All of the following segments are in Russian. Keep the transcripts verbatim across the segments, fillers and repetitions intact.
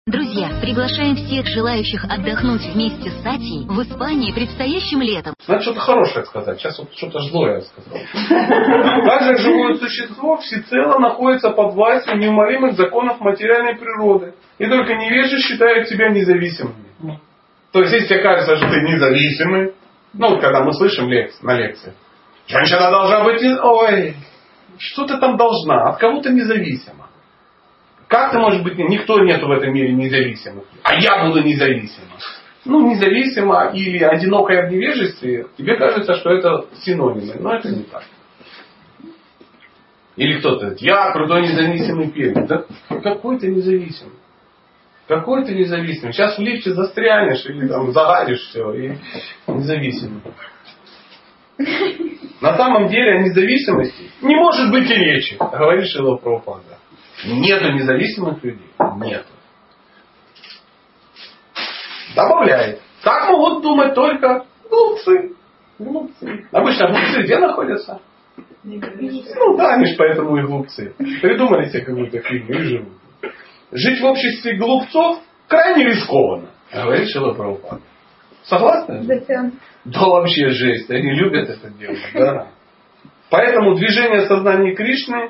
Друзья, приглашаем всех желающих отдохнуть вместе с Сатьей в Испании предстоящим летом. Надо что-то хорошее сказать. Сейчас вот что-то злое я сказал. Каждое живое существо всецело находится под властью неумолимых законов материальной природы. И только невежи считают себя независимыми. То есть, если тебе кажется, что ты независимый, ну вот когда мы слышим лекции, на лекции, женщина должна быть, ой, что ты там должна, от кого ты независима. Как ты можешь быть, никто нет в этом мире независимых, а я буду независима. Ну, независимо или одинокое в невежестве, тебе кажется, что это синонимы, но это не так. Или кто-то говорит, я крутой независимый перец. Да какой ты независимый? Какой ты независимый? Сейчас в лифте застрянешь или там загадишь все и независимый. На самом деле о независимости не может быть и речи, говорит Шрила Прабхупада. Нету независимых людей. Нету. Добавляет. Так могут думать только глупцы. глупцы. Обычно глупцы где находятся? Ну да, они же поэтому и глупцы. Придумали себе какую-то фигню и живут. Жить в обществе глупцов крайне рискованно, говорит Шрила Прабхупада. Согласны? Да. Да вообще жесть. Они любят это делать. Да. Поэтому движение сознания Кришны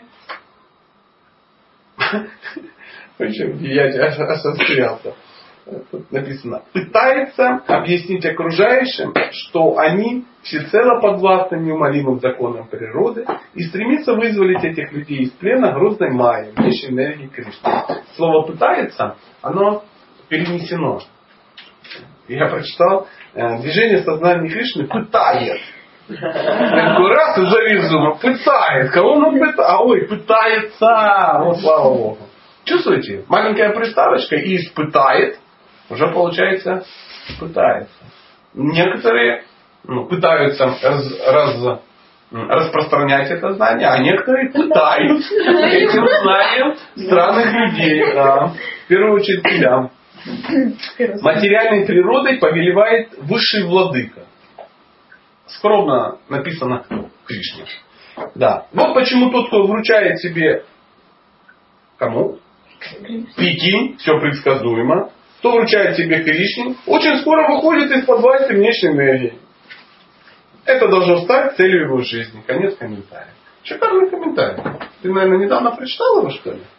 Причем я осострялся. Тут написано. Пытается объяснить окружающим, что они всецело подвластны неумолимым законам природы и стремится вызволить этих людей из плена грозной майи, вечной энергии Кришны. Слово «пытается», оно перенесено. Я прочитал, движение сознания Кришны пытает. Такой раз и завезу, пытает. Кого он пытает? А ой, пытается. Вот слава Богу. Чувствуете? Маленькая приставочка и испытает. Уже получается пытается. Некоторые ну, пытаются раз, раз, распространять это знание, а некоторые пытают этим знанием странных людей. Да. В первую очередь себя. Материальной природой повелевает высший владыка. Скромно написано Кришне. Да. Вот почему тот, кто вручает себе кому? Прикинь, все предсказуемо. Кто вручает себе Кришне, очень скоро выходит из-под власти внешней энергии. Это должно стать целью его жизни. Конец комментария. Шикарный комментарий. Ты, наверное, недавно прочитал его, что ли?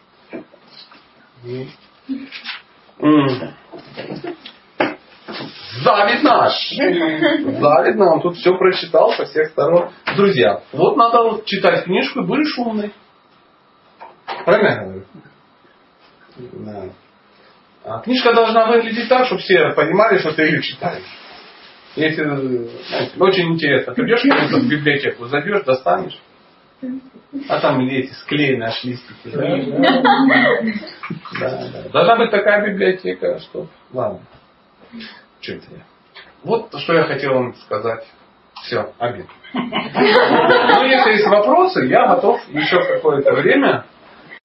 Завидь наш. Завидь нам. Тут все прочитал со всех сторон. Друзья, вот надо вот читать книжку и будешь умный. Правильно я говорю? Да. А книжка должна выглядеть так, чтобы все понимали, что ты ее читаешь. Если, знаете, очень интересно. Ты идешь в библиотеку, зайдешь, достанешь. А там эти склеенные аж листики. Да? Да, да. Должна быть такая библиотека, что... Ладно. Что это я? Вот что я хотел вам сказать. Все, обед. Ну, если есть вопросы, я готов еще какое-то время